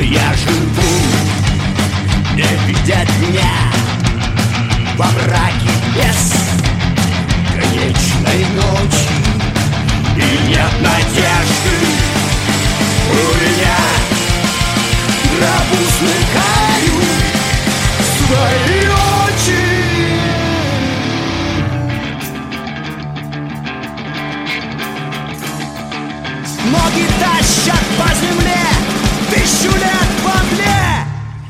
я живу, не видя дня, во мраке без конечной ночи. И нет надежды у меня, траву смыкаю свои очи. Ноги тащат по земле 1000 лет во мгле.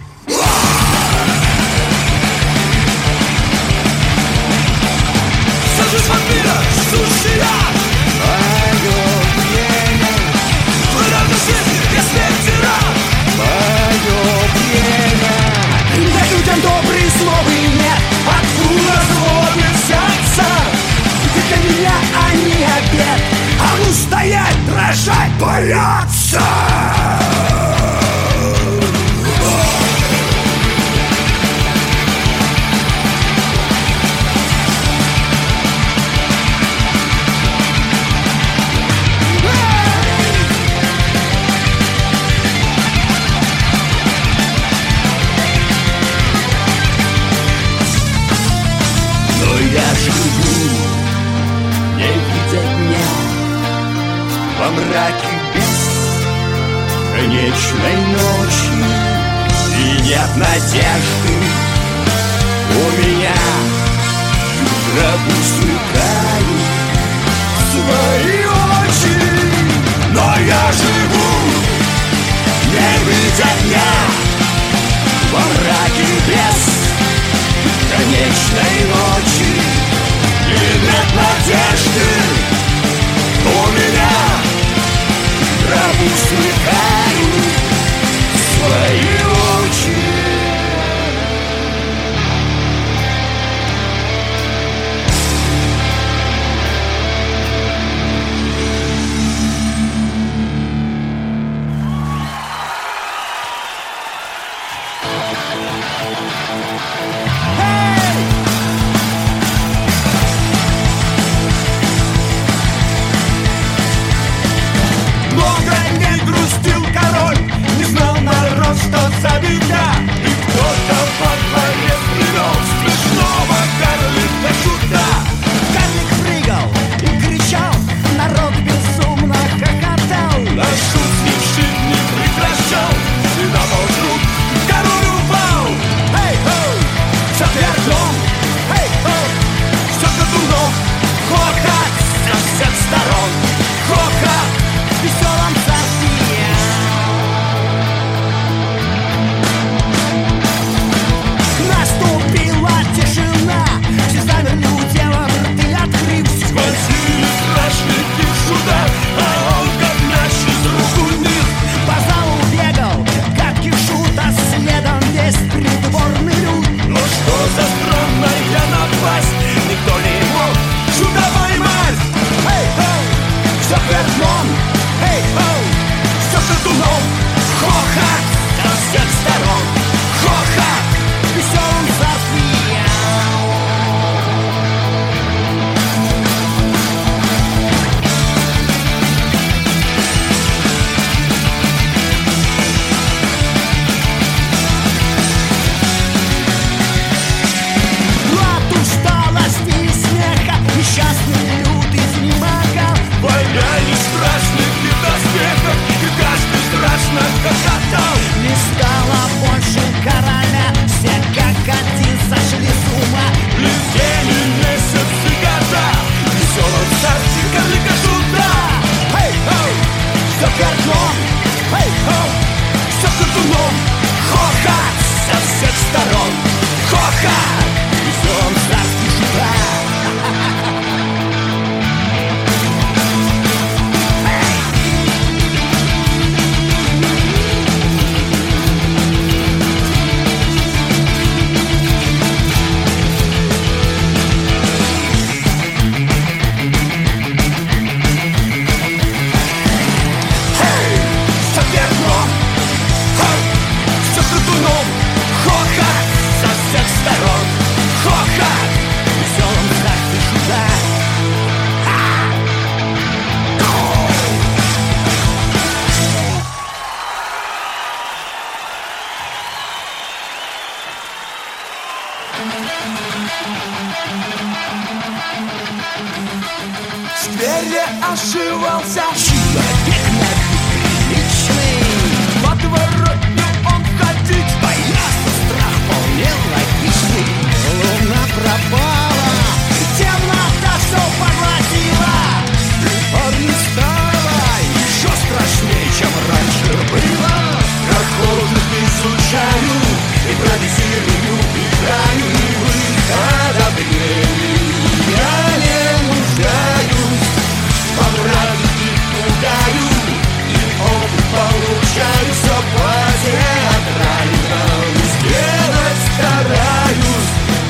Сажусь вампира, суши я. Мое время. Выравну жизнь, если тиран. Мое время. Да людям добрые слова нет, откуда злобит сердце. Ведь для меня они обед, а ну стоять, дрожать, бояться. Я живу, не видя дня, во мраке бесконечной ночи. И нет надежды у меня, траву смыкаю свои очи. Но я живу, не видя дня, во мраке бесконечной ночи. И нет надежды у меня, траву смыкаю свои очи. Что за беда? И кто-то во дворе привел смешного карлика-шута. Карлик прыгал и кричал, народ безумно хохотал. А шут смешит не прекращал, и на пол вдруг король упал. Эй-хоу, все вверхом, эй-хоу, все катуном. Хохот со всех сторон, хохот в веселом царстве. Наступила тишина, все замерли у тела, рты открыв. Сквозили страшники сюда, а он как мяч из рук у них. По залу бегал гадкий шут, а следом весь придворный люд. Но что за странная напасть, никто не мог шута поймать. Эй-хоу, все кверхом, эй-хоу, все катуном. Хохот со всех сторон, хохот в веселом царстве. От усталости и смеха несчастный люд изнемогал. Боялись страшных и доспехов, и каждый страшно хохотал. Не стало больше короля, все как один сошли с ума. Летели месяцы, года, в веселом царстве карлика-шута. Эй-хоу, все картон, эй-хоу, все катуном. Хохот со всех сторон, хохот в веселом царстве шута. Hey! В сквере ошивался человек неприличный. В подворотню он ходить боялся, страх вполне логичный. Луна пропала, темнота все поглотила, и парню стало еще страшнее, чем раньше было. Прохожих изучаю, импровизирую, играю, и выхода я не нуждаюсь. Во мраке их пугаю, и опыт получаю. Все по-театрально сделать стараюсь.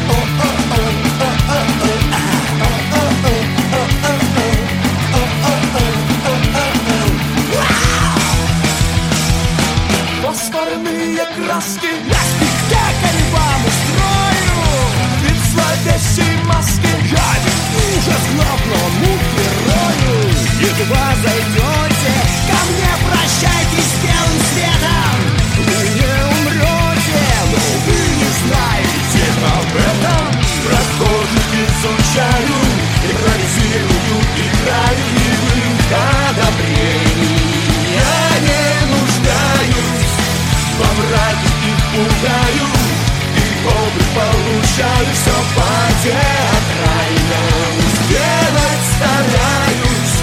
Фосфорные краски, я спектакль вам устрою. Ведь в зловещей маске я ведь ужас главному герою. Едва зайдете ко мне, прощайтесь белым светом. Вы не умрете, но вы не знаете об этом. Прохожих изучаю, импровизирую, играю, и выхода я не нуждаюсь. Во мраке их пугаю, и опыт получаю. Все по-театрально сделать стараюсь.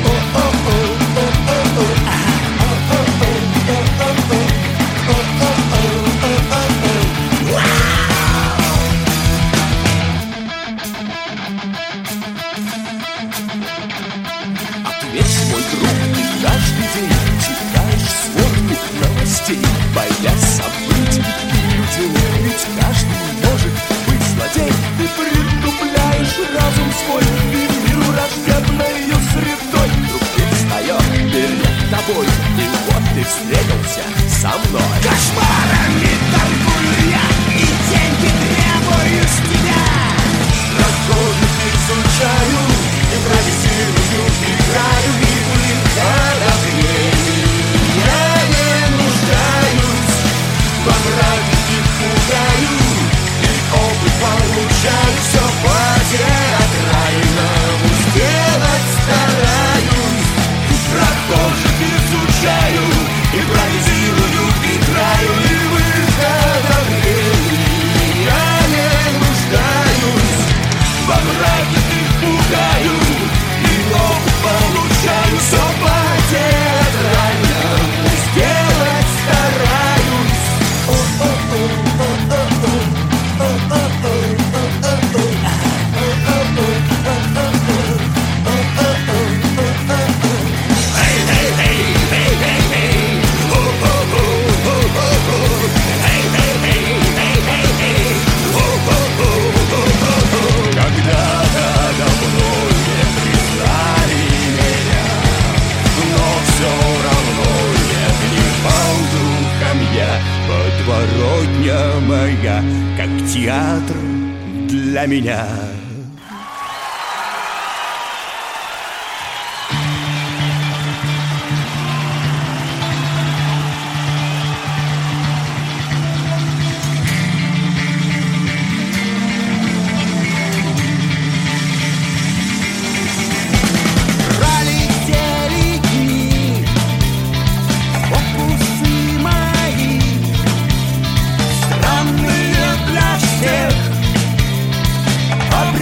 Ответь, мой друг, ты каждый день читаешь сводку новостей, боясь событий и людей. Ведь каждый может быть злодей. Ты притупляешь разум свой, и мир враждебною средой вдруг предстает перед тобой, и вот ты встретился со мной. Кошмарами торгую я, и деньги требую с тебя. Прохожих изучаю, импровизирую, играю, и выхода я не нуждаюсь. Во мраке их пугаю, и опыт получаю. Все по-театральному сделать стараюсь. Прохожих изучаю, импровизирую, играю, и выхода я не нуждаюсь. Во мраке их пугаю, и опыт получаю. Все по-театральному сделать стараюсь. Когда-то давно не признали меня, но все равно не пал духом я. Подворотня моя, как театр для меня. Пролетели дни, фокусы мои, странные для всех.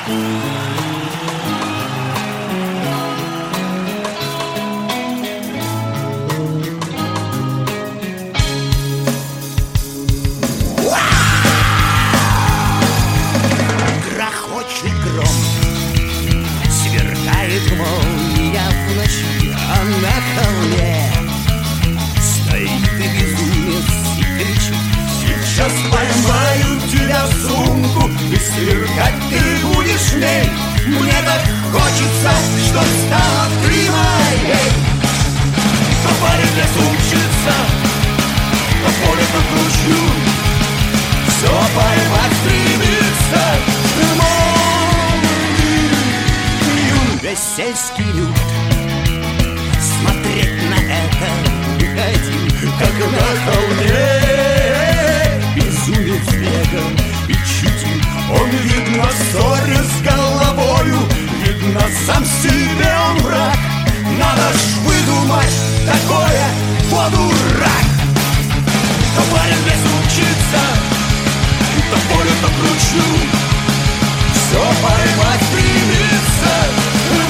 Грохочет гром, сверкает молния в ночи, а на холме стоит и безумец и кричит: сейчас поймаю тебя в сумку, и сверкать ты будешь в ней. Мне так хочется, что стала ты моей. То парень не сумчится, то поле покручу, все поймать стремится. Весь сельский люд смотреть на это выходил, как на холме безумец бегал и чудил. Он, видно, в ссоре с головою, видно, сам себе он враг. Надо ж выдумать такое, вот дурак. То парень без учится, то поле, то кручу, все поймать стремится.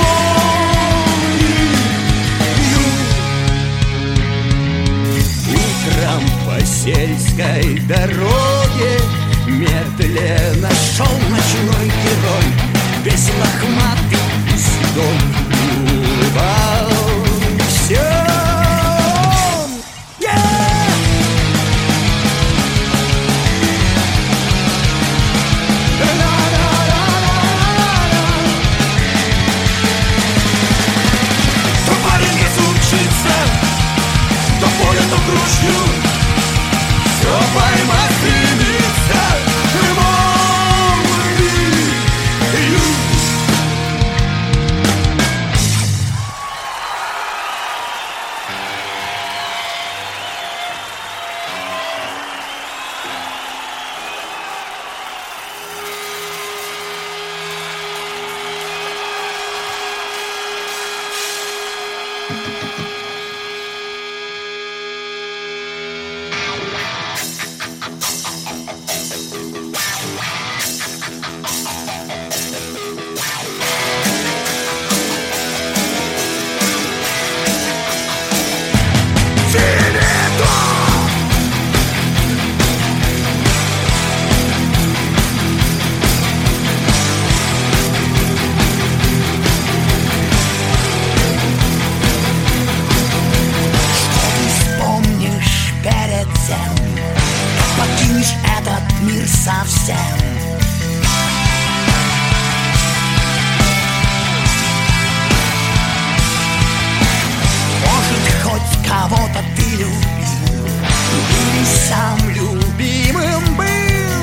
Утром по сельской дороге медленно шел ночной герой, весь лохматый и седой, улыбался. То поле, то кручу, все поймать стремится. Покинешь этот мир совсем. Может, хоть кого-то ты любил, или сам любимым был.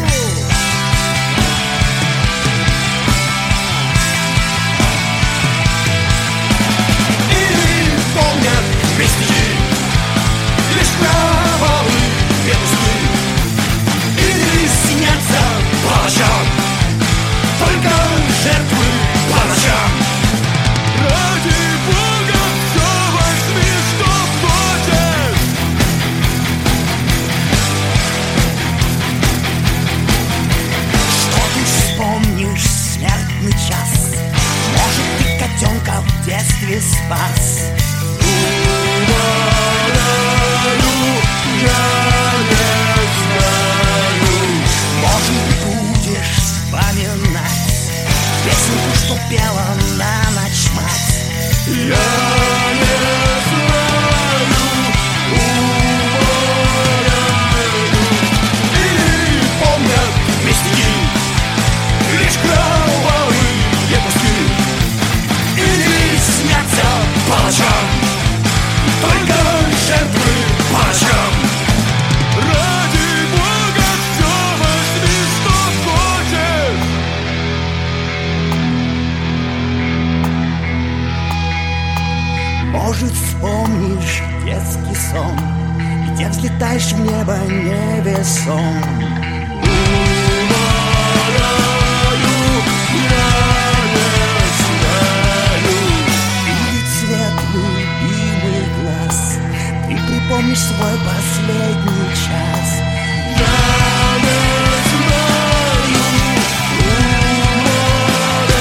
Или помнят мистики лишь кровавые ветки, или снятся по ночам только жертвы по ночам. Ради Бога, все возьми, что хочешь. Что ты вспомнишь смертный час? Может, ты котенка в детстве спас? Может, будешь вспоминать песню, что пела на ночь мать? Я не знаю, или помнят мистики лишь кровавые куски, или снятся по ночам только жертвы по ночам. Ради Бога, все возьми, что хочешь. Может, вспомнишь детский сон, где взлетаешь в небо невесом. Или цвет любимый глаз, ты припомнишь свой последний час. Я не знаю,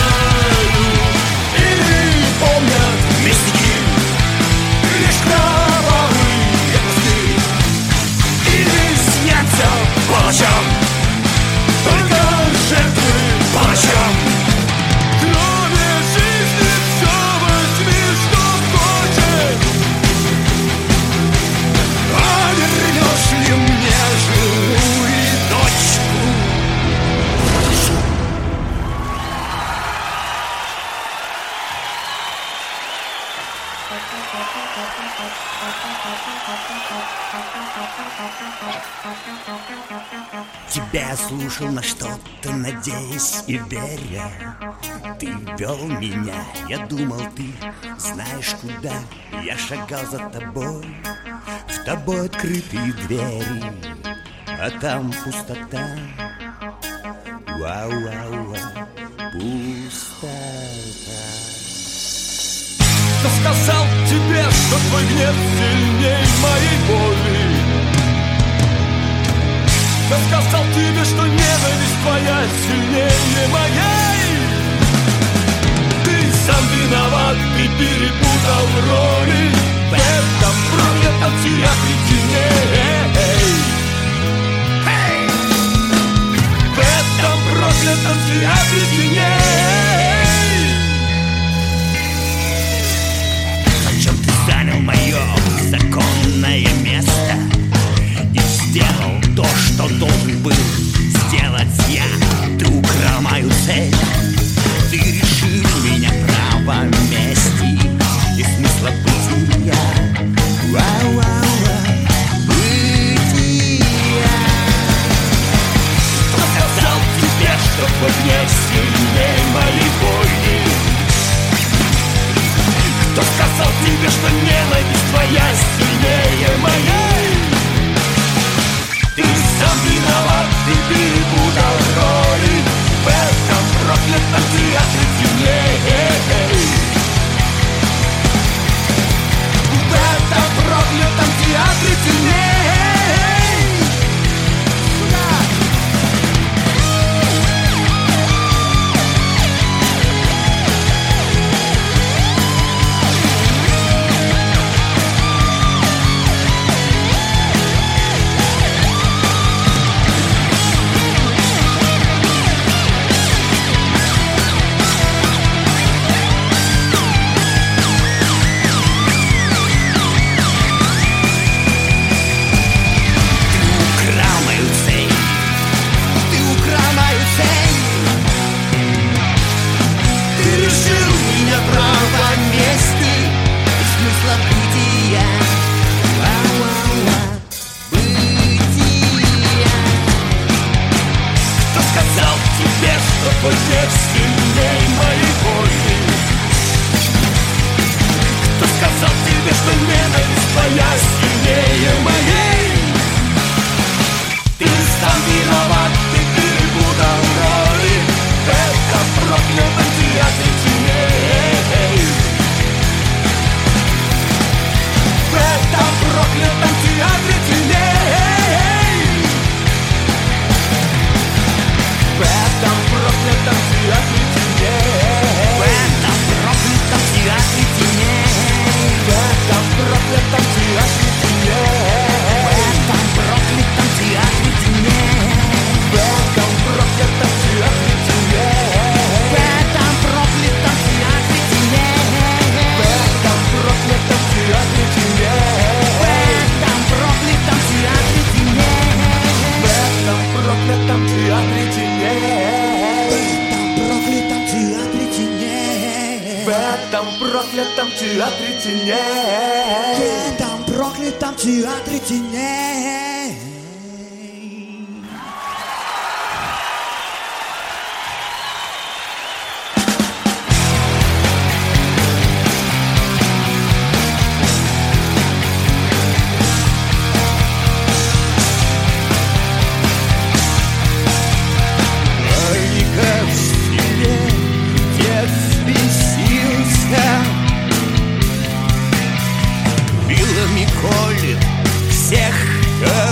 Тебя я слушал, на что-то надеясь и веря. Ты вел меня, я думал, ты знаешь куда. Я шагал за тобой, в тобой открытые двери, а там пустота. Вау-вау-вау, пустота. Кто сказал тебе, что твой гнев сильней моей боли? Кто сказал тебе, что ненависть твоя сильнее моей? Ты сам виноват, ты перепутал роли в этом проклятом театре теней. В этом проклятом театре теней. Зачем ты занял мое законное место и сделал то, что должен был сделать я? Ты украл мою цель, ты решил меня право мести и смысла бытия. Вау-вау-вау, бытия. Кто сказал тебе, что твой гнев сильней моей боли? Кто сказал тебе, что ненависть твоя сильнее моей? Ты сам виноват, ты перепутал роли в этом проклятом театре теней. В этом проклятом театре теней. Твой гнев сильней моей боли. Кто сказал тебе, что ненависть твоя сильнее моей? Ты сам виноват, ты перепутал роли в этом проклятом театре теней. В этом проклятом театре теней. В этом проклятом театре теней. В этом проклятом театре теней. В этом проклятом театре теней. В этом проклятом театре теней. В этом проклятом театре теней. В этом проклятом театре теней. В этом проклятом театре теней. В этом проклятом театре теней. В этом проклятом театре теней. В этом проклятом театре теней. В этом проклятом театре теней. Вилами колет всех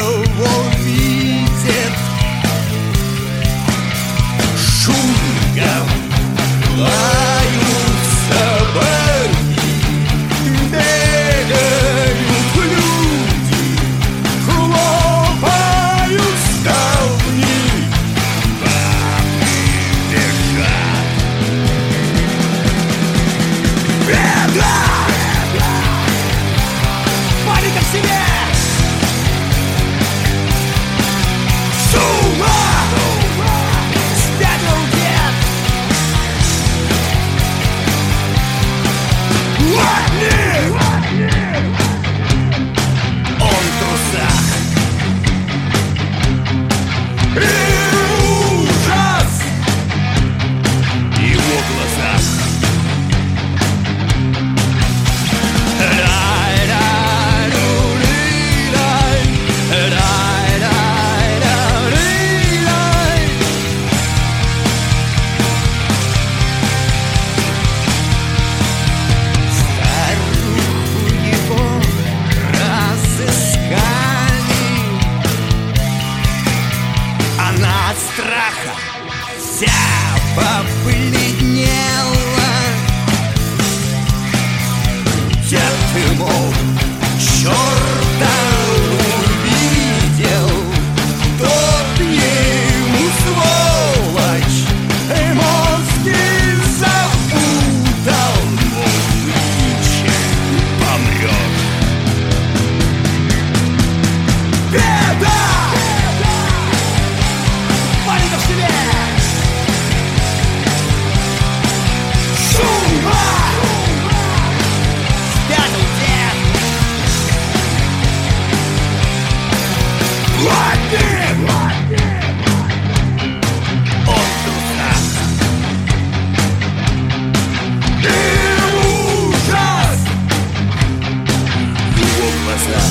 страха вся побледнела. Дед ты, мол, черта увидел, тот ему сволочь мозги запутал, мол, нынче помрет. Беда! Паника в себе! Шума! Спятил дед! Ладно! Он трусах! И ужас! В его глазах!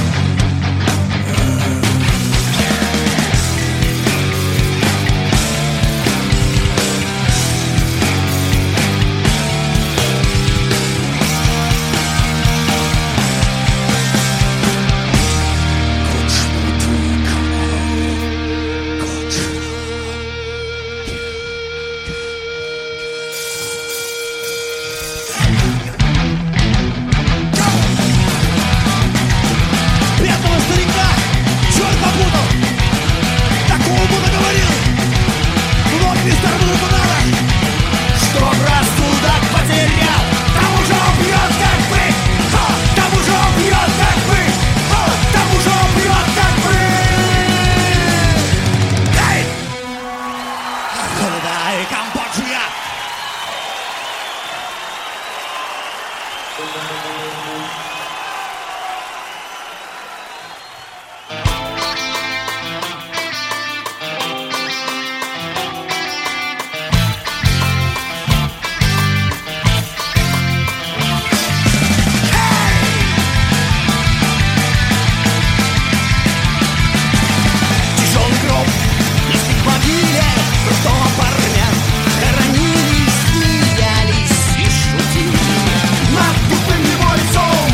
Бедного старика черт попутал! Такого Будда говорил! Вот мистер Будда, что рассудок потерял, тому же убьет, как вы! Тому же убьет, как вы! Тому же убьет, как вы! Эй! Холода и Камбоджа! Тяжелый гроб несли к могиле простого парня. Хоронили, смеялись и шутили над тупым его лицом.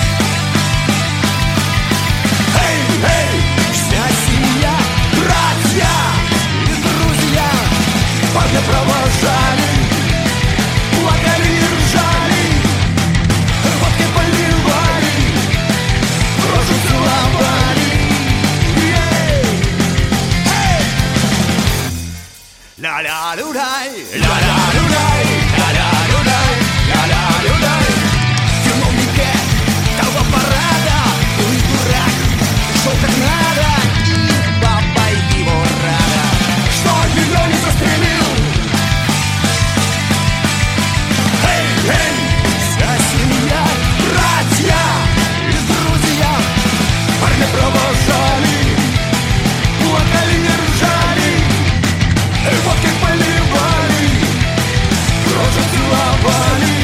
Эй, эй, вся семья, братья и друзья парня провожали, плакали и ржали, водкой поливали, в рожу целовали. Ля-ля-людай, ля-ля-людай, ля-ля-людай, ля-ля-людай. Чиновники того парада, он дурак, шел как надо, и баба его рада, что ее не застрелил. Эй, эй, вся семья, братья и друзья парня провожали, плакали и ржали, вот как поливали, рожу целовали.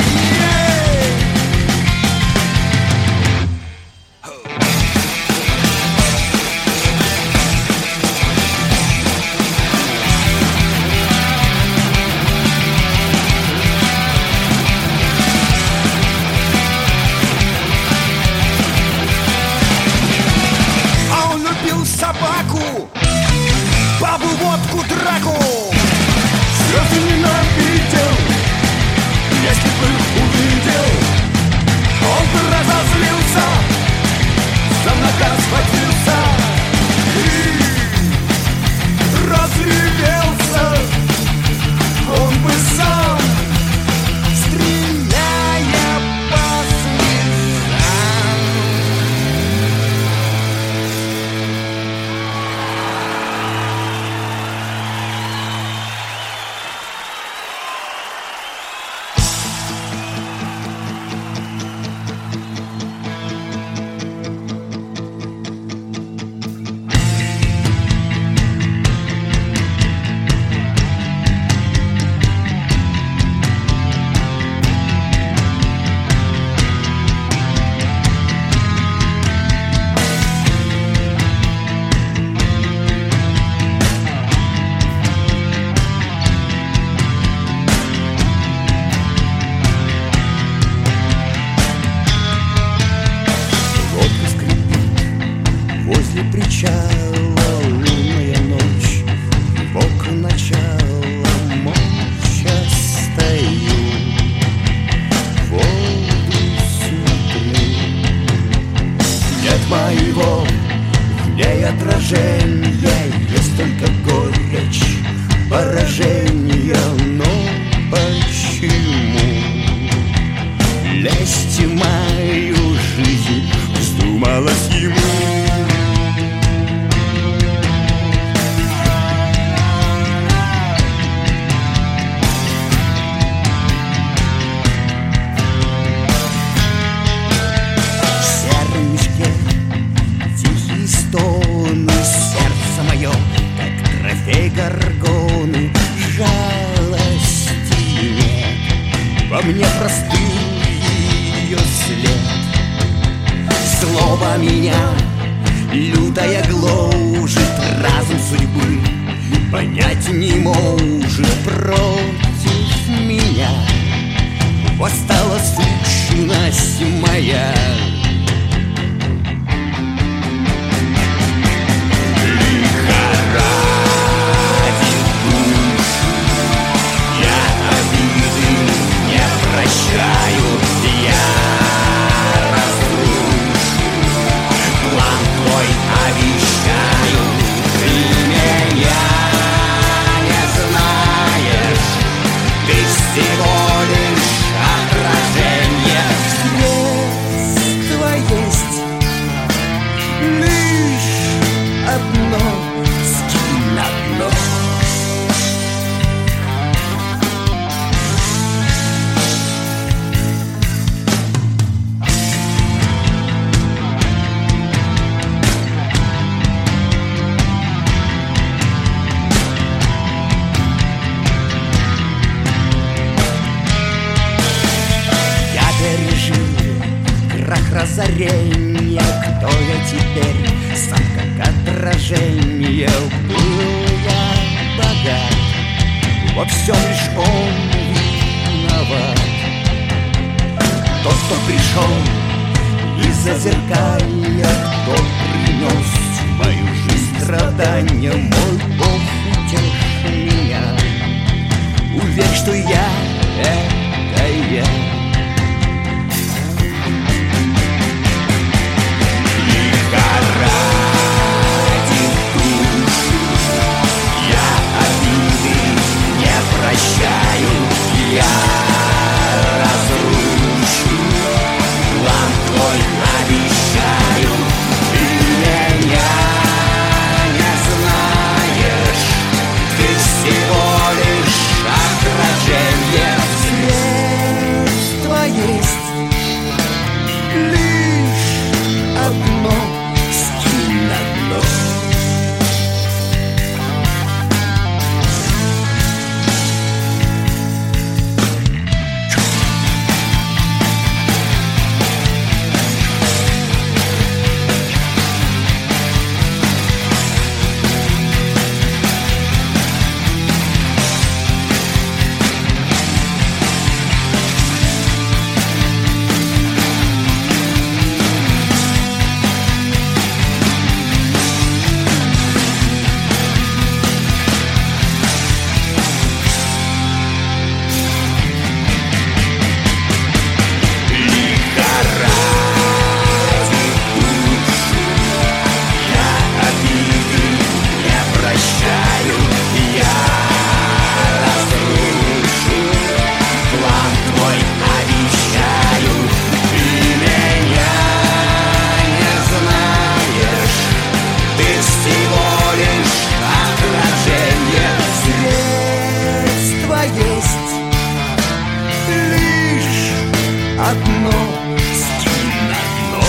А он любил собаку, бабу, водку, драку. Слезы ненавидел, если бы увидел, он бы разозлился, за нога схватился и разревелся. Он бы сам, стреляя по слезам. 「 сражения есть только горечь поражения. Но почему лезть в мою жизнь вздумалось ему? Сердце мое, как трофей горгоны, жалости нет. Во мне простыл ее след. Злоба меня лютая гложет, разум судьбы понять не может. Против меня восстала сущность моя. Разорение, кто я теперь, сам как отражение. Был я богат, во всем лишь он виноват. Тот, кто пришел из-за зеркалья, кто принес в мою жизнь страдания. Мой Бог, утешь меня, уверь, что я — это я. Прощаю, я разрушу план твой, обещаю. Ты меня не знаешь, ты всего лишь отражение. Средство есть лишь одно, скинь на дно. Одно, скинь на дно.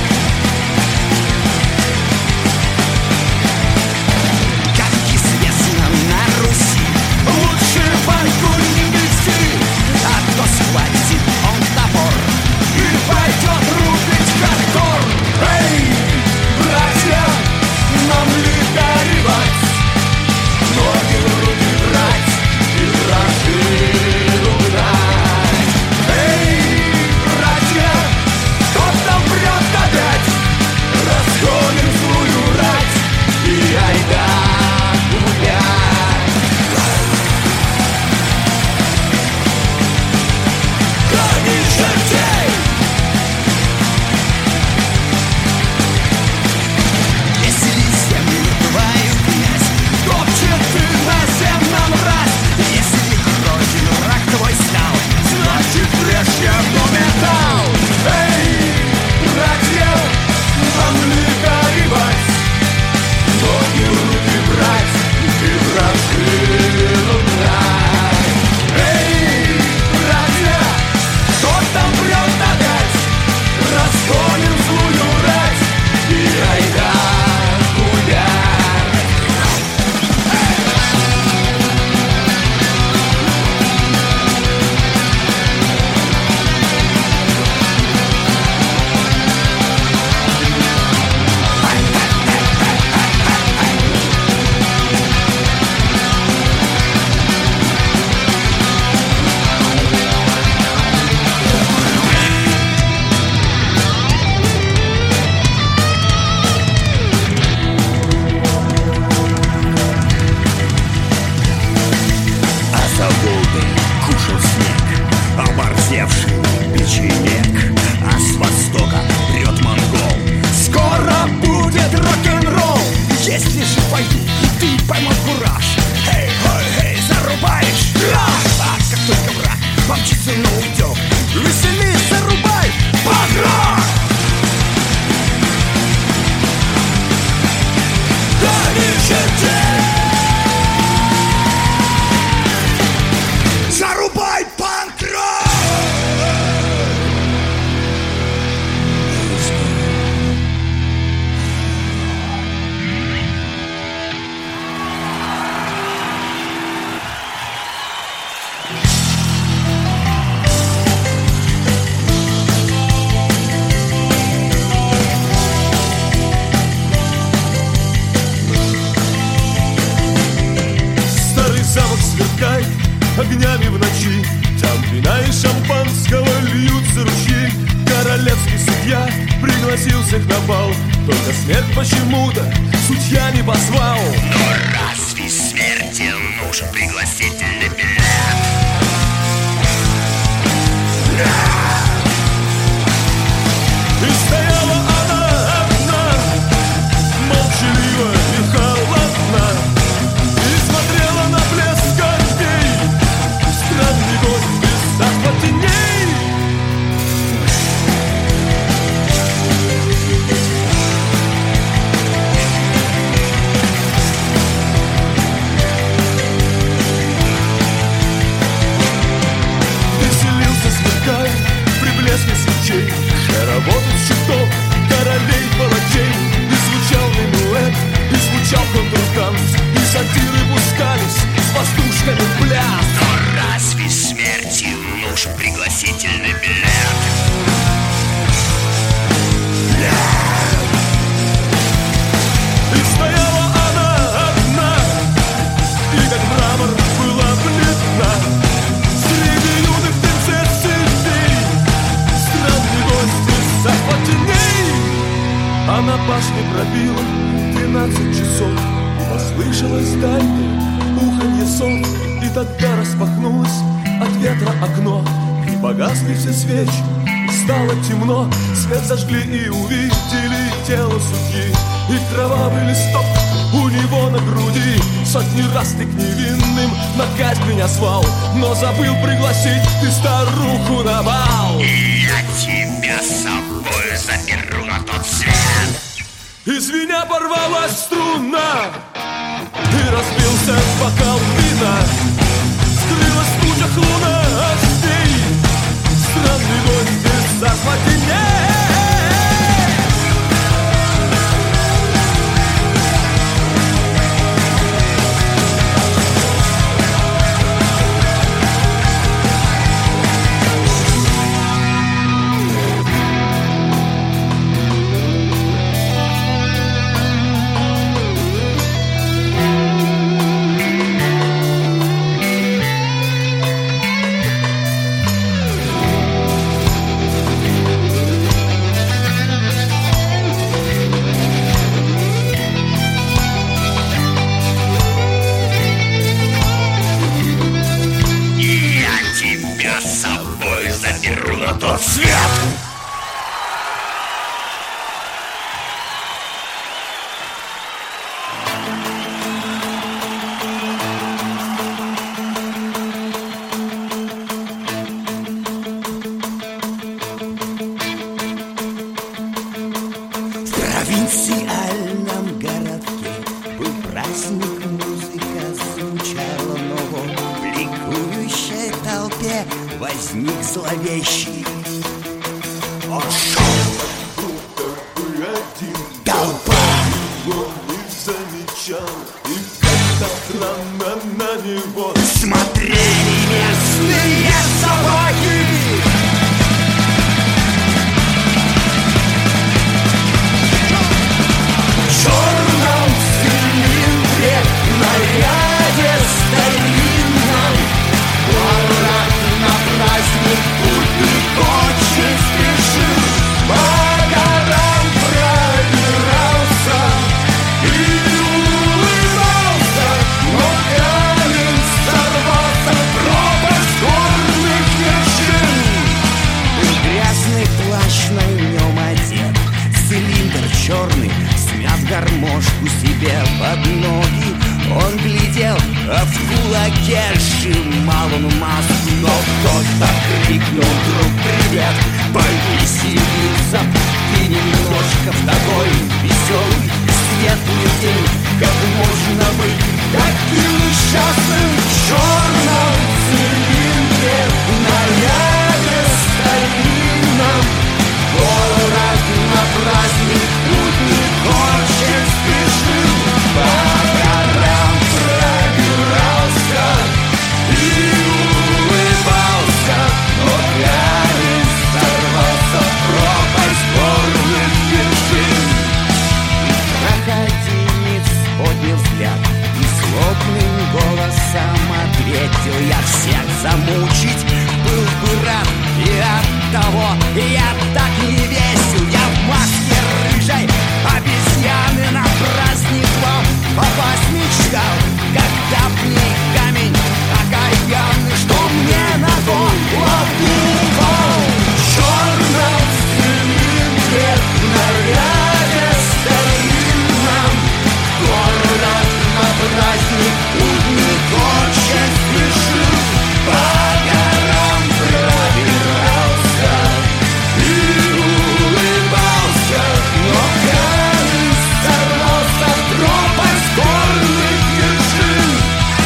Гадкий свет огнями в ночи. Там вина и шампанского льются ручьи. Королевский судья пригласил всех на бал, только смерть почему-то судья не позвал. Но разве смерти нужен пригласительный билет? И стояла она одна, молчалива и холодна, и смотрела на блеск огней. Странный гость без запаха теней. При блеске свечей работал щитов, королей, палачей. И звучал минуэт, и звучал контрданс, и сатиры пускались с пастушками в пляс. Но разве смерти нужен пригласительный билет? И стояла она одна, и как мрамор была бледна. Среди юных принцесс и фей странный гость из запаха теней. А на башне пробило 12 часов, и послышалось дальнее уханье сов. И тогда распахнулось от ветра окно, и погасли все свечи, и стало темно. Свет зажгли и увидели тело судьи, и кровавый листок у него на груди. Сотни раз ты к невинным на казнь меня звал, но забыл пригласить ты старуху на бал. И я тебя с собой заберу на тот свет. Из меня порвалась струна, и разбился бокал вина. Скрылась в тучах лунастей, странный гость из запаха теней. Тот свет. В провинциальном городке был праздник, музыка звучала, но в ликующей толпе возник зловещий. Он шел, толпа его не замечал, и как-то странно на него смотрели местные собаки. В черном цилиндре, наряде старинном, город на праздник путник очень спешил. По горам пробирался и улыбался, но камень сорвался в пропасть горных вершин. Грязный плащ на нем одет, цилиндр черный смят гармошку себе под ноги. Он глядел, а в кулаке сжимал он маску. Но кто-то крикнул: друг, привет, повеселиться. Ты немножко в такой веселый, светлый день, как можно быть таким несчастным? В черном цилиндре, наряде старинном, город на праздник путник очень спешил. По горам пробирался и улыбался, но ответил я: всех замучить был бы рад. И от того я так не весел. Я в маске рыжей обезьяны на праздник вам попасть мечтал. Когда б не камень окаянный, что мне на голову упал. Черном цилиндре в наряде старинном город на праздник путник очень спешил. По горам пробирался и улыбался, но камень сорвался в пропасть горных вершин.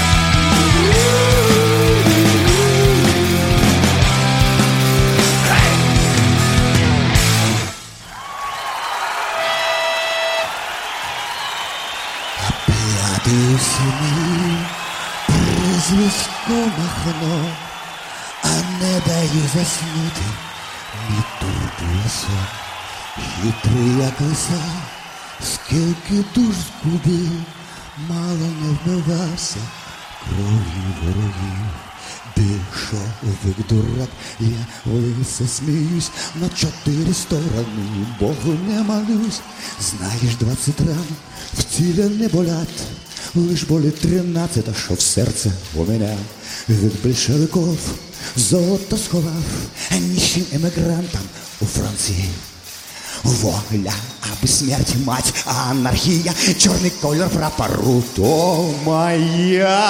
Семи прізвисько Махно, а не даю заснути, не турбує сон. Хитрий як лиса, скільки душ згубив, мало не вмивався кров'ю ворогів. Більшов як дурак, я в лице сміюсь, на 4 сторони Богу не молюсь. Знаєш, 20 ран в тілі не болять, лиш болить 13, а що в серце у мене від більшовиків золото сховав нищим емігрантам у Франції. Воля або смерть, мать, а анархія, чорний колір прапору, то моя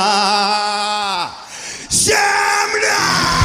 земля!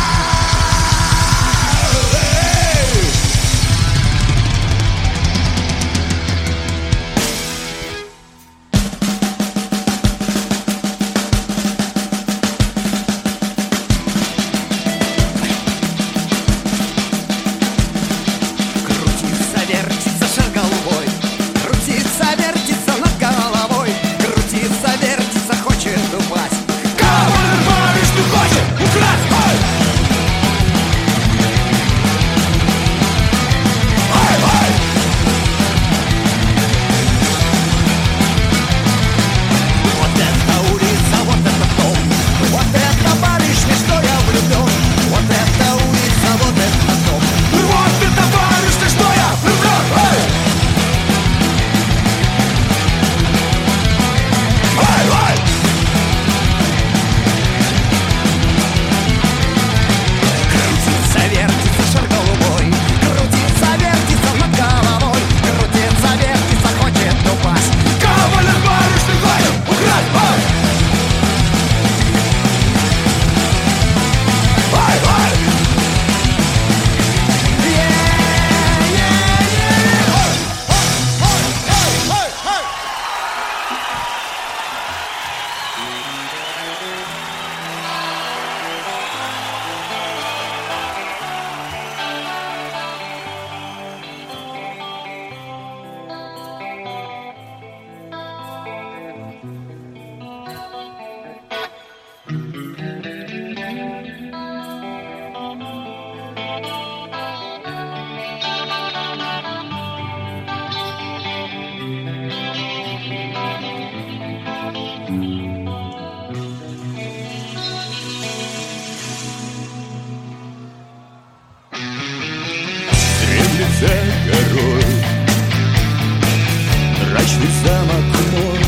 За горой мрачный замок мой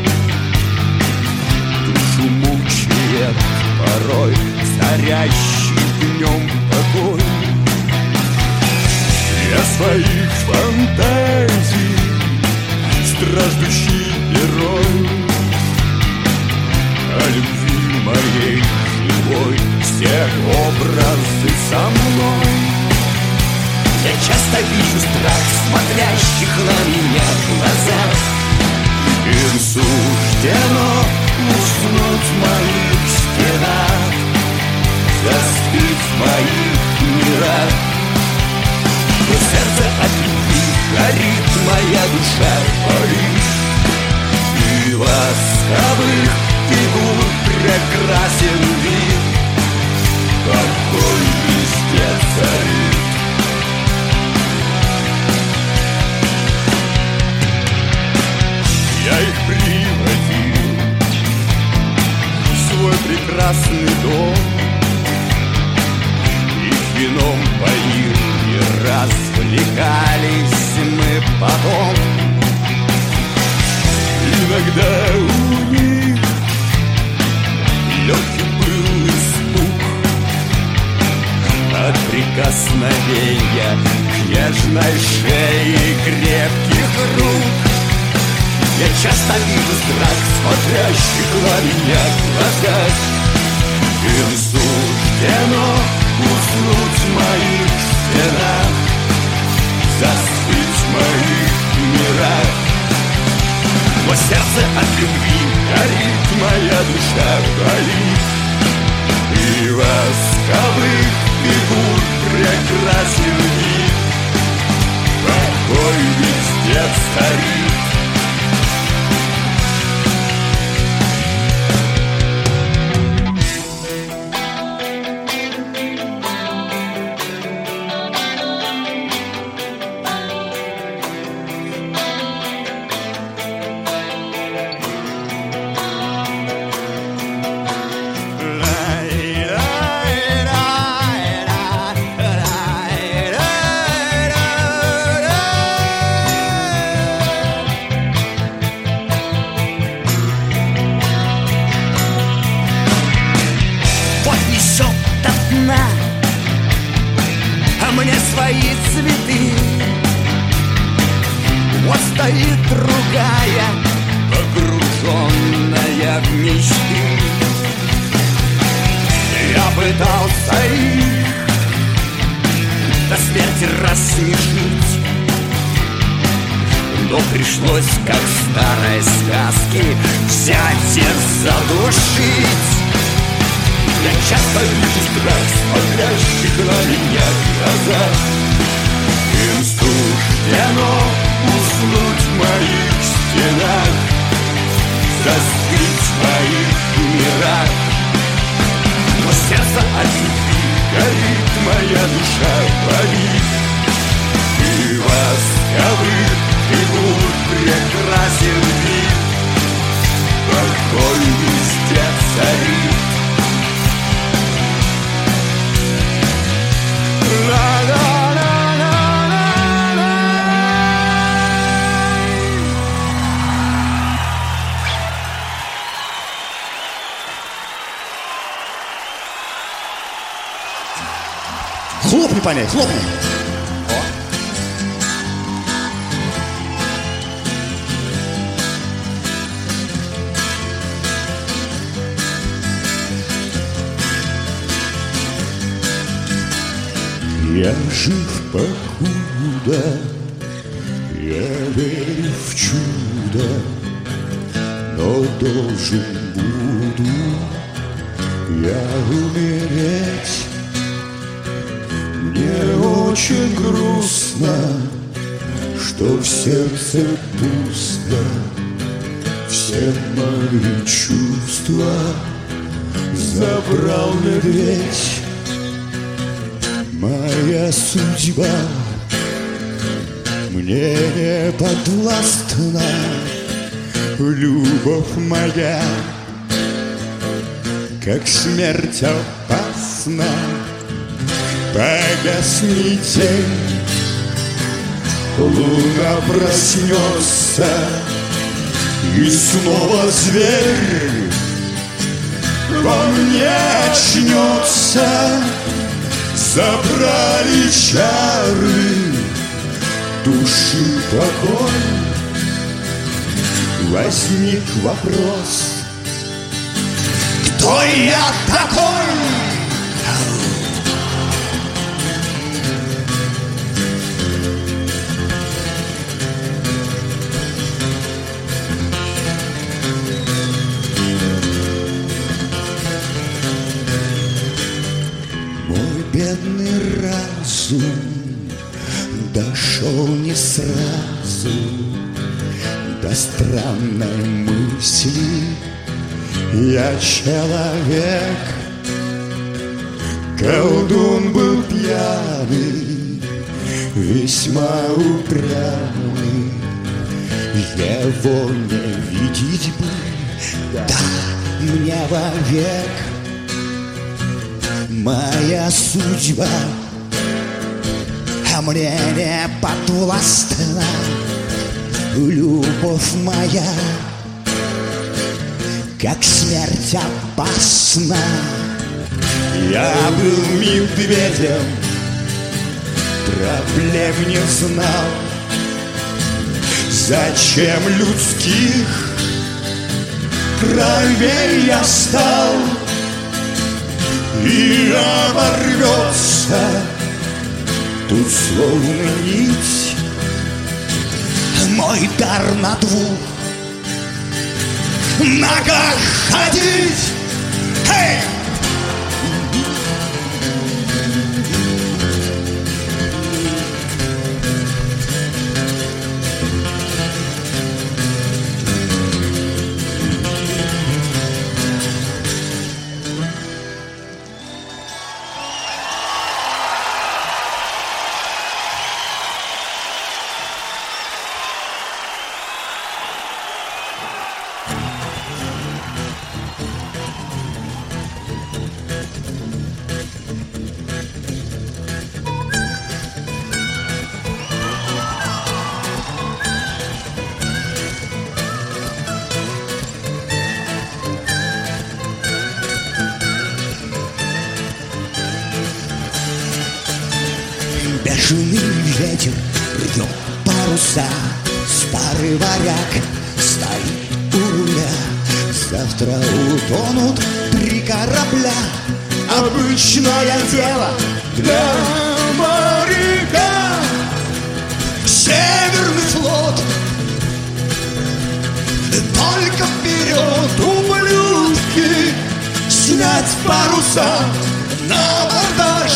душу мучает порой царящий днем покой. Я своих фантазий страждущий герой, о любви моей живой все образы со мной. Я часто вижу страх, смотрящих на меня в глазах. Им суждено уснуть в моих стенах, заспить в моих мирах. Но сердце от любви горит, моя душа горит. И восковых фигур прекрасен вид, какой везде царит. Я их приводил, твой прекрасный дом. И вином поил, и развлекались мы потом. Иногда у них легкий был испуг от прикосновения к нежной шее и крепких рук. Я часто вижу страх, смотрящих на меня в глазах. Им суждено уснуть в моих стенах, застыть в моих мирах. Но сердце от любви горит, моя душа болит. И восковых фигур прекрасен вид, покой везде царит. Мне свои цветы. Вот стоит другая, погруженная в мечты. Я пытался их до смерти рассмешить, но пришлось, как в старой сказке, взять и задушить. Я часто вижу страх, смотрящих на меня глаза. Им суждено уснуть в моих стенах, застыть в моих мирах. Но сердце от любви горит, моя душа болит. И восковых фигур прекрасен вид, покой везде царит. Хлопни, парень, хлопни. Я жив покуда, я верю в чудо, но должен буду я умереть. Мне очень грустно, что в сердце пусто. Все мои чувства забрал медведь. Моя судьба мне не подвластна, любовь моя, как смерть опасна. Погаснет день, луна проснется, и снова зверь во мне очнется. Забрали чары души покой. Возник вопрос: кто я такой? Бедный разум дошел не сразу до странной мысли. Я человек, колдун был пьяный, весьма упрямый. Его не видеть бы, да, мне вовек. Моя судьба, а мне не подвластна. Любовь моя, как смерть опасна. Я был медведем, проблем не знал. Зачем людских кровей я стал? И оборвется тут словно нить мой дар на двух ногах ходить. Hey! Бешеный ветер рвет паруса, старый варяг стоит у руля. Завтра утонут 3 корабля, обычное дело для моряка. Северный флот, только вперед, ублюдки, снять паруса на абордаж.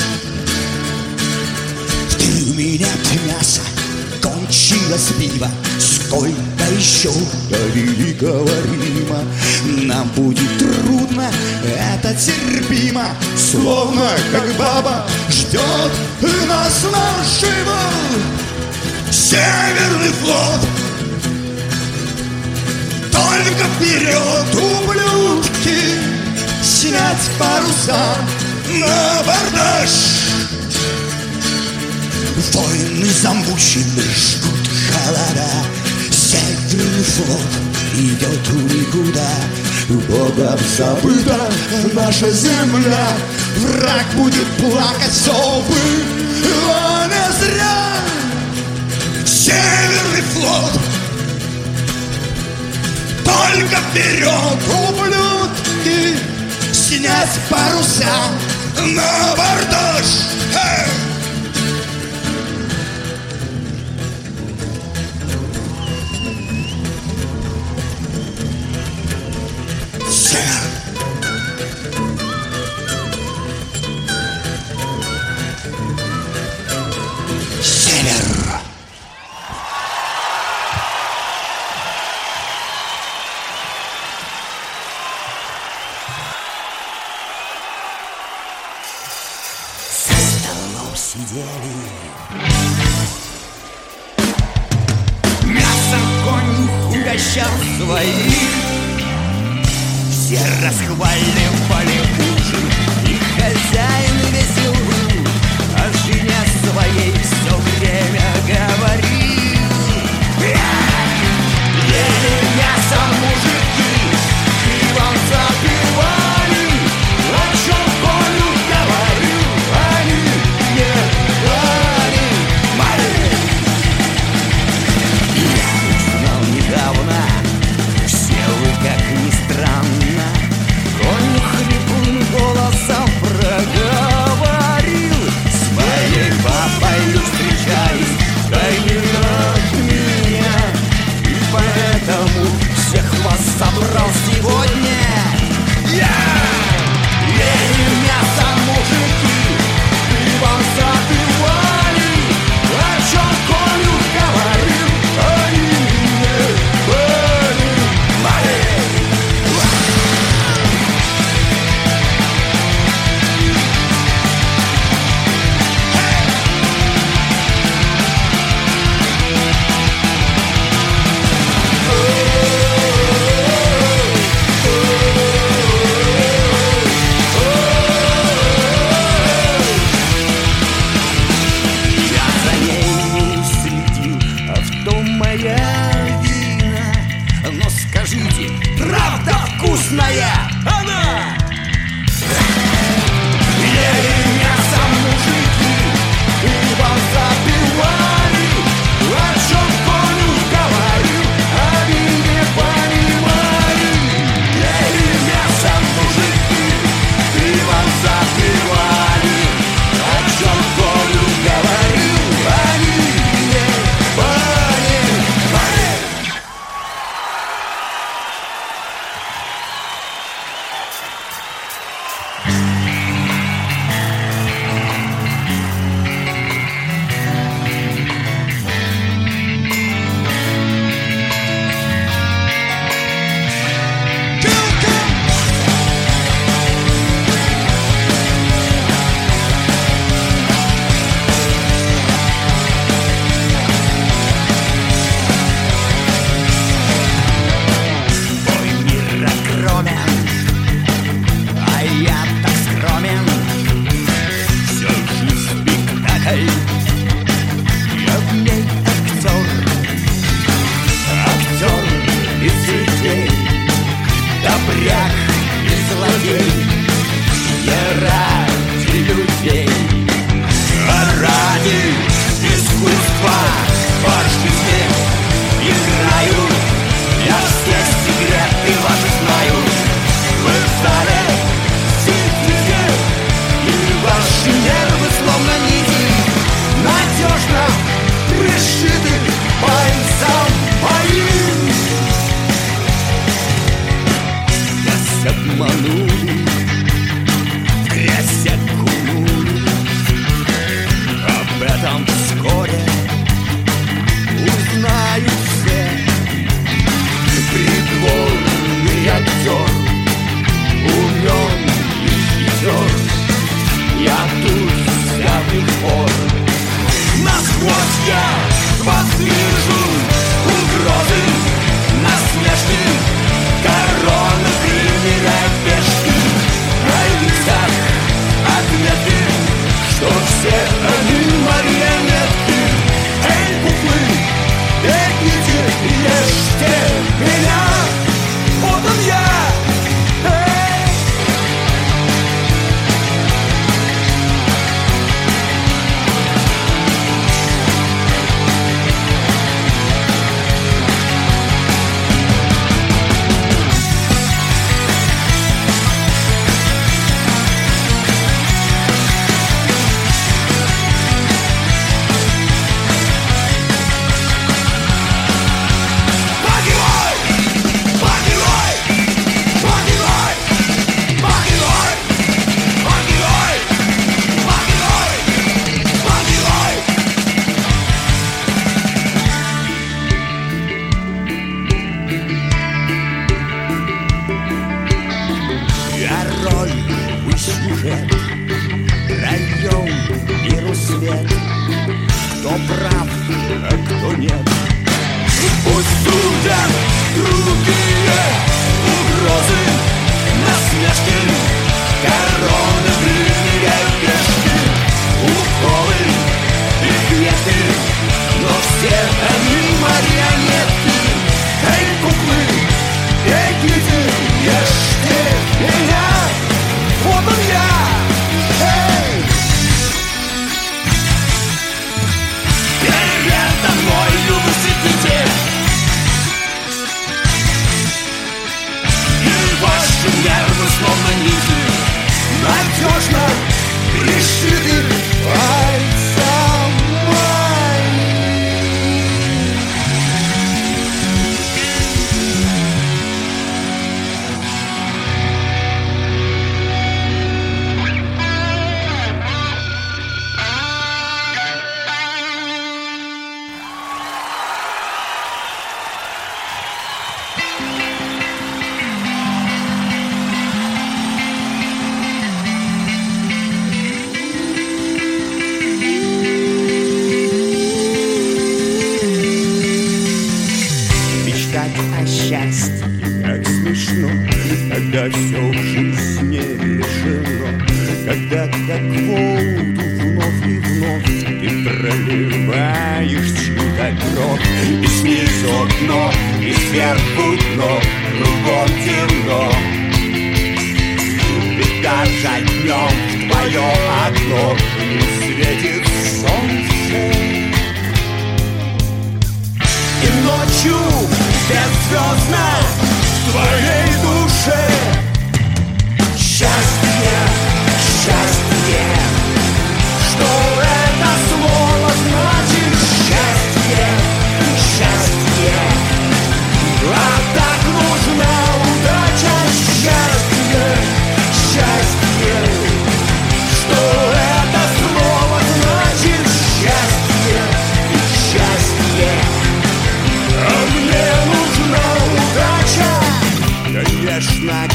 У меня мясо, кончилось пиво, сколько еще до Великого Рима. Нам будет трудно, это терпимо, словно как баба ждет нас наживо. Северный флот, только вперед, ублюдки, снять паруса на абордаж. Войны замучены, ждут холода. Северный флот идет в никуда. Богом забыта наша земля. Враг будет плакать, все было не зря. Северный флот, только вперед, ублюдки, снять паруса на абордаж. Север. За столом сидели, мясо конюх угощал своих. Все расхваливали ужин, и хозяин весел о жене своей все время говорил. Ели мясо мужики, пивом запивали. О чем конюх говорил, они не понимали. Я узнал недавно, все вы, как ни странно, конюх хриплым голосом проговорил. людей, не ради людей, а ради искусства по жизни играю. Я все секреты ваши знаю. Вы в зале сидите, и ваши нервы словно нити надежно пришиты пальцам моим. Нас обманули, грязь окунули. Об этом вскоре узнают все. Придворный актер, умен и хитер, я тут с давних пор. Насквозь я вас вижу, угрозы, насмешки, корона, примеряет пешки, на лицах ответы, что все они марионетки. Эй, куклы, бегите, ешьте меня, вот он я. Когда все в жизни решено, когда как воду вновь и вновь ты проливаешь чью-то кровь, и снизу дно, и сверху дно, кругом темно. Ведь даже днем в твое окно не светит солнце, и ночью беззвездно в твоей душе счастье, счастье. Что это слово значит? Счастье, счастье. А так нужна удача. Счастье, счастье. Что это слово значит? Счастье, счастье. А мне нужна удача. Конечно,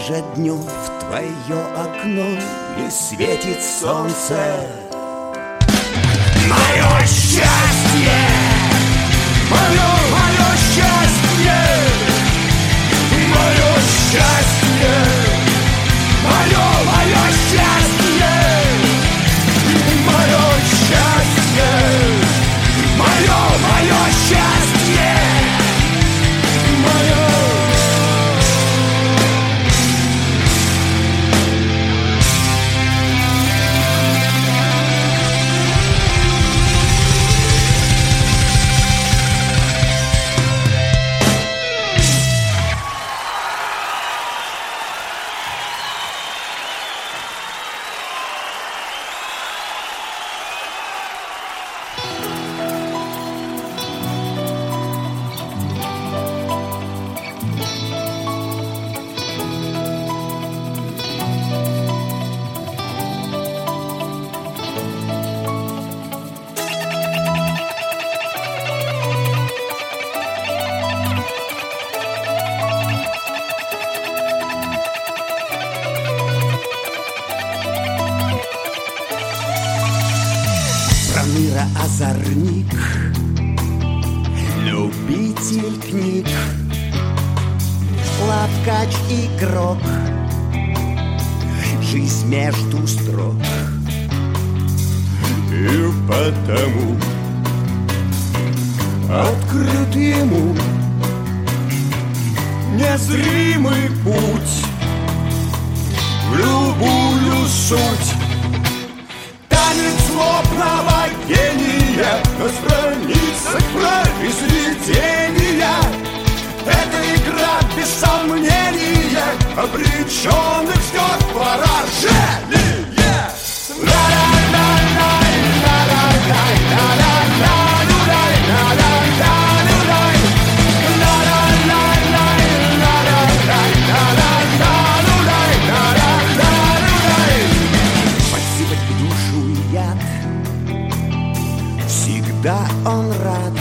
же днем в твое окно не светит солнце. Мое счастье, мое счастье, мое счастье, мое счастье, мое счастье, мое счастье, мое. Проныра озорник, любитель книг, лавкач игрок, жизнь между строк. И потому открыт ему незримый путь в любую суть. Танец злобного гения на страницах произведения. Это игра без сомнения, обреченных ждет поражение. Подсыпать в душу яд, всегда он рад.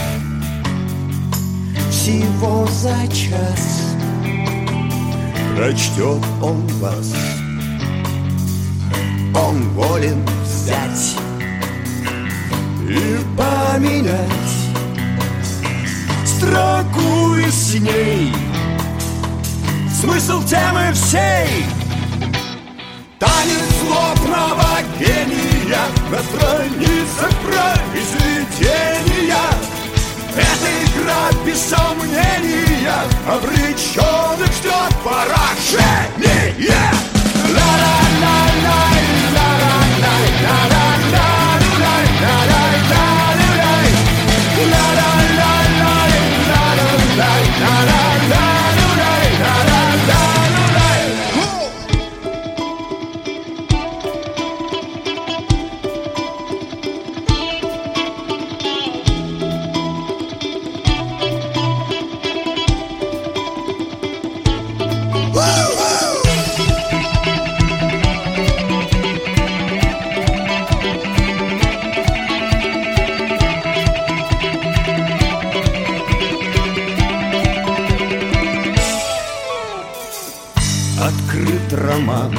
Всего за час прочтет он вас. Он волен взять и поменять строку и с ней смысл темы всей. Танец злобного гения на страницах произведения. Это игра без сомнения, обреченных ждет поражение. Открыт роман,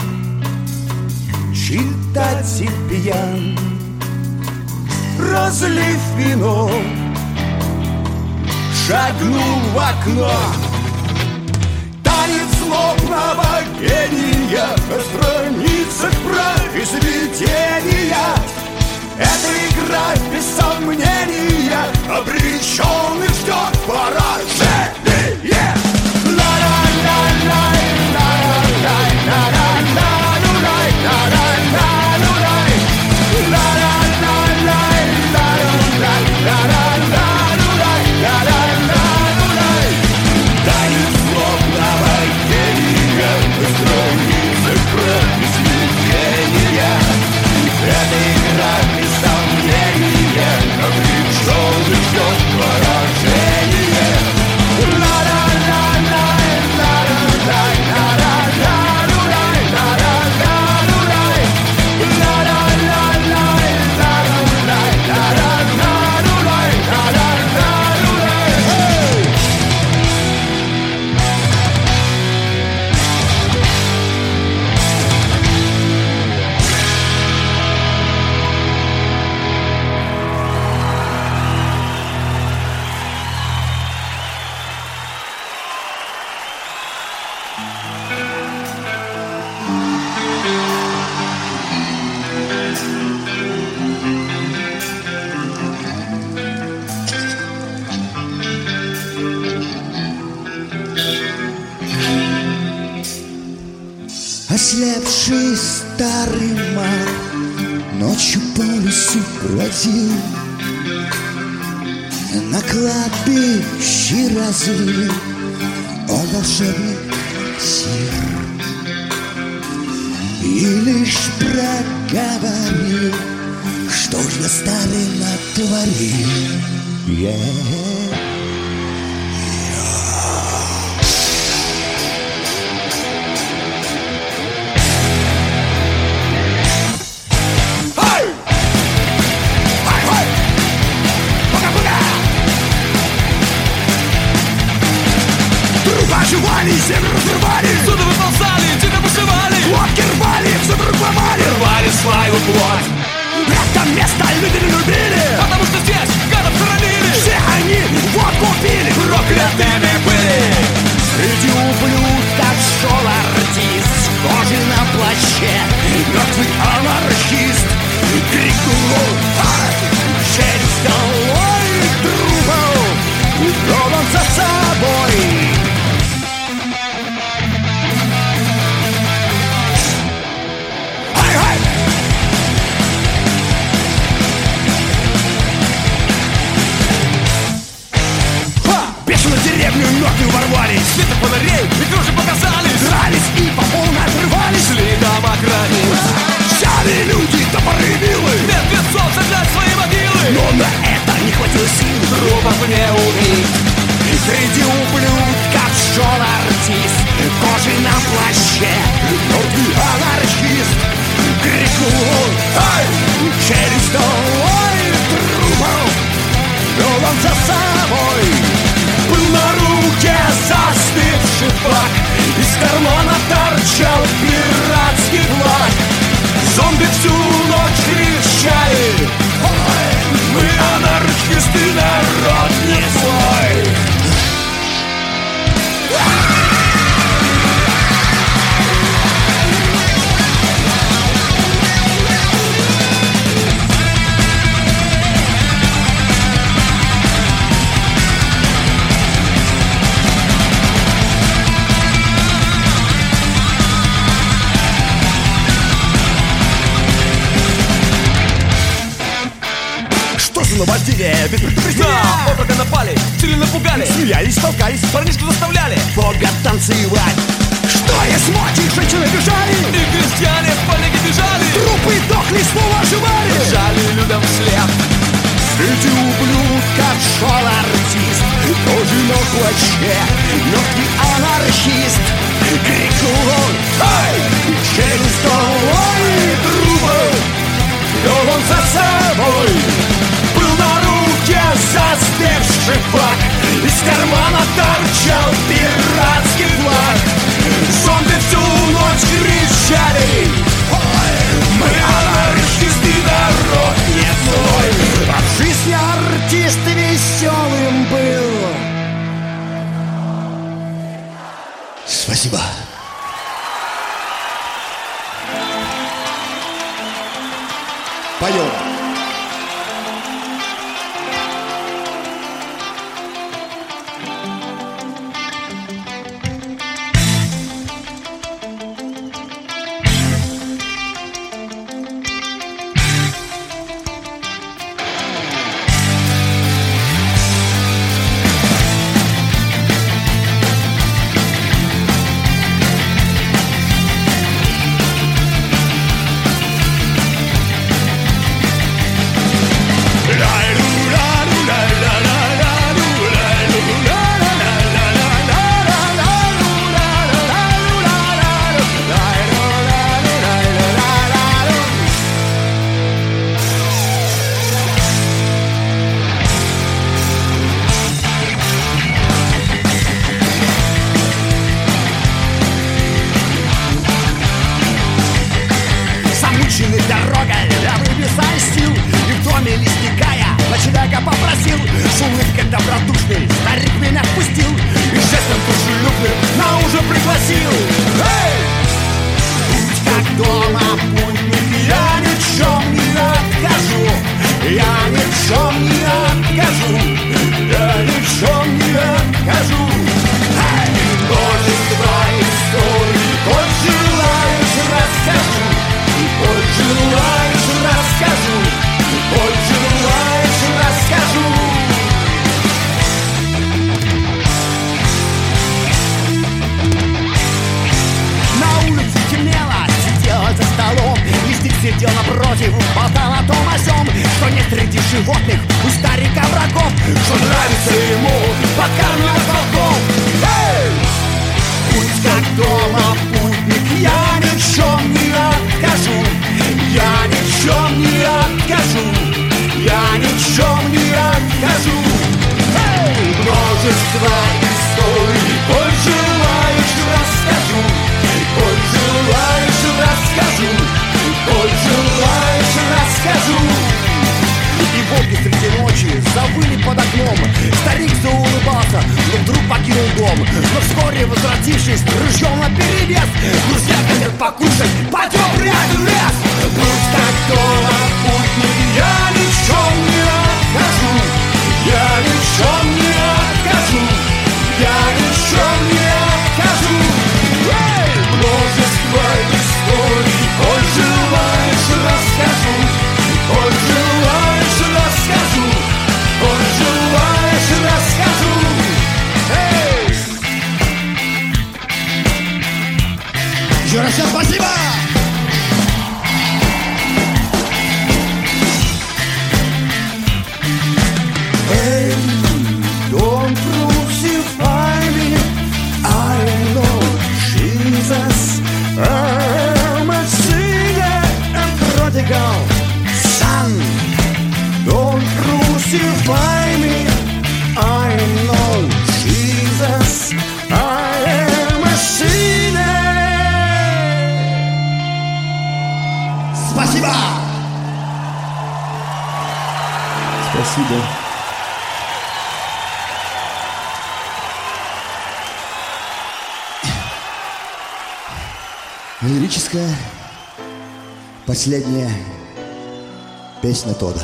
читатель пьян, разлив вино, шагнул в окно. Танец злобного гения на страницах произведения. Это игра без сомнения, обреченных ждет поражение. Танец злобного гения на страницах произведения. Это игра без сомнения, обреченных ждет поражение. Ослепший старый маг ночью по лесу бродил, на кладбище разлил он волшебный сир и лишь проговорил, что ж я старый натворил. Оживали, землю разрывали, суды выползали, тебя бушевали, лодки рвали, все вдруг ломали, рвали свою плоть. Это место люди не любили, потому что здесь гадов хоронили. Все они водку пили, проклятыми были. Среди ублюдков шел артист, кожи на плаще, мертвый анархист. Крикнул: челюсть долой трубов, вел он за собой. Деревню мертвую ворвались, света фонарей и кружи показали, дрались и по полной отрывались, шли дома границ. Взяли люди топоры вилы, мертвецов создать свои могилы, но на это не хватило сил трупов не убить. Среди ублюдков шел артист, кожей на плаще, мертвый анархист. Крикнул он: ай, челюсть долой трупов, вел он за собой. Был на руке застывший флаг, из кармана торчал пиратский флаг. Зомби всю ночь кричали: ой, мы анархисты, народ не свой. Наводили без предупреждения. На округа напали, сильно напугали, смеялись, толкались, парнишку заставляли бога танцевать. Что есть мочи, женщины бежали, и крестьяне в панике бежали. Трупы дохли, снова оживали, бежали людям вслед. Среди ублюдков шел артист, тоже на плаще, мертвый анархист. Крикнул он: ай, челюсть долой трубов, вел он за собой. Был на руке застывший флаг, из кармана торчал пиратский флаг. Зомби всю ночь кричали: ой, мы анархисты, народ не злой. А в жизни артист веселым был. Спасибо. Поем. Дорогой, я выбиваю сил, и в доме лесникая на человека попросил. С улыбкой добродушной старик меня впустил и жестом дружелюбным на ужин пригласил. Эй! Будь как дома, путник, я ни в чем не откажу, я ни в чем не откажу, я ни в чем не откажу. Эй! Множество историй, хоть желаю Придется ему покармливать волков. Путь как дома, путник, я ни в чем не откажу. Я ни в чем не откажу. Я ни в чем не откажу. Множество историй, коль желаешь, расскажу. Коль желаешь, расскажу. Коль желаешь, расскажу. И волки среди ночи завыли под окном. Старик заулыбался, но вдруг покинул дом. Но вскоре, возвратившись, ружьем наперевес, друзья хотят покушать, пойдем прямо в лес. Путь как дома, путник, я ни в чем не откажу. Я ни в чем не откажу. Я ни в чем не откажу. Множество историй, коль желаешь, расскажу. Коль желаешь, расскажу. Коль желаешь, расскажу. Еще раз всем спасибо! Hey, don't crucify me. I know Jesus. I'm a sinner and prodigal son. Don't crucify me. I know Jesus. I am a sinner. Спасибо! Спасибо. Лирическая последняя песня Тодда.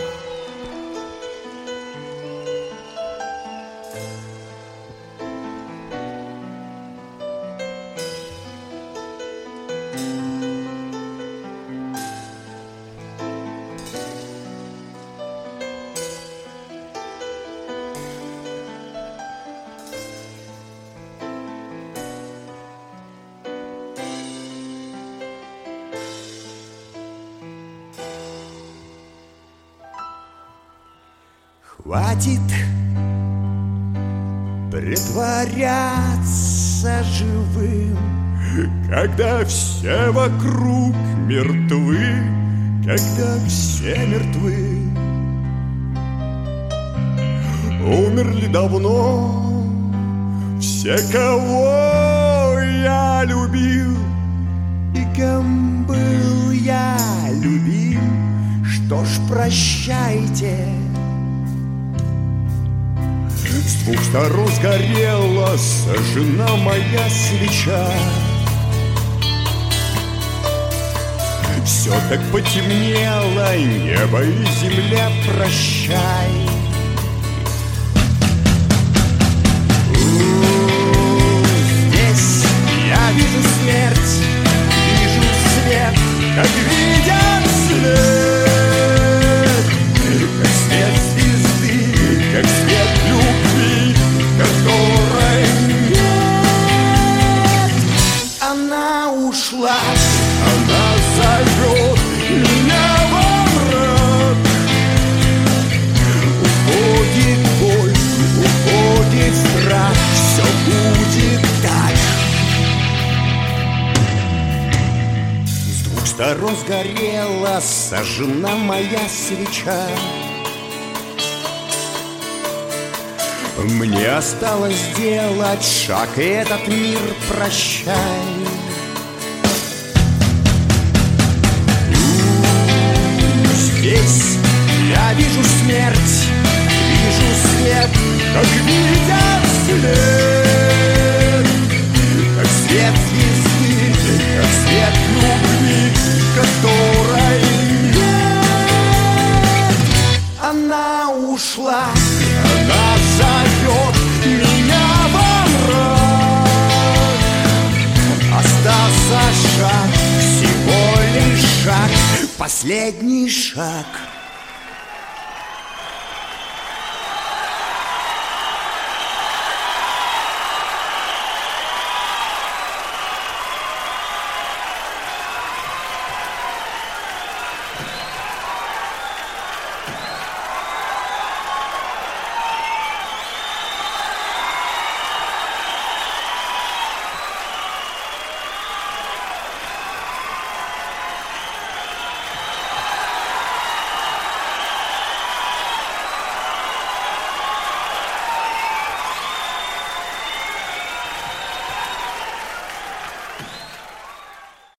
Хватит притворяться живым, Когда все вокруг мертвы, когда все мертвы. Умерли давно все, кого я любил, и кем был я любим. Что ж, прощайте. С двух сторон сгорела сожжена моя свеча. Все так потемнело, небо и земля, прощай. Здесь я вижу смерть, вижу свет, Как видят свет, как свет звезды, как свет любви, которой нет. Она ушла, она зовет меня во мрак. уходит боль, уходит страх, все будет так. С двух сторон сгорела, сожжена моя свеча. Мне осталось сделать шаг, и этот мир прощай. Здесь я вижу смерть, вижу свет, Как видят свет, как свет звезды, как свет любви, которой нет. Она ушла, она зовет меня во мрак. Остался шаг, всего лишь шаг, последний шаг.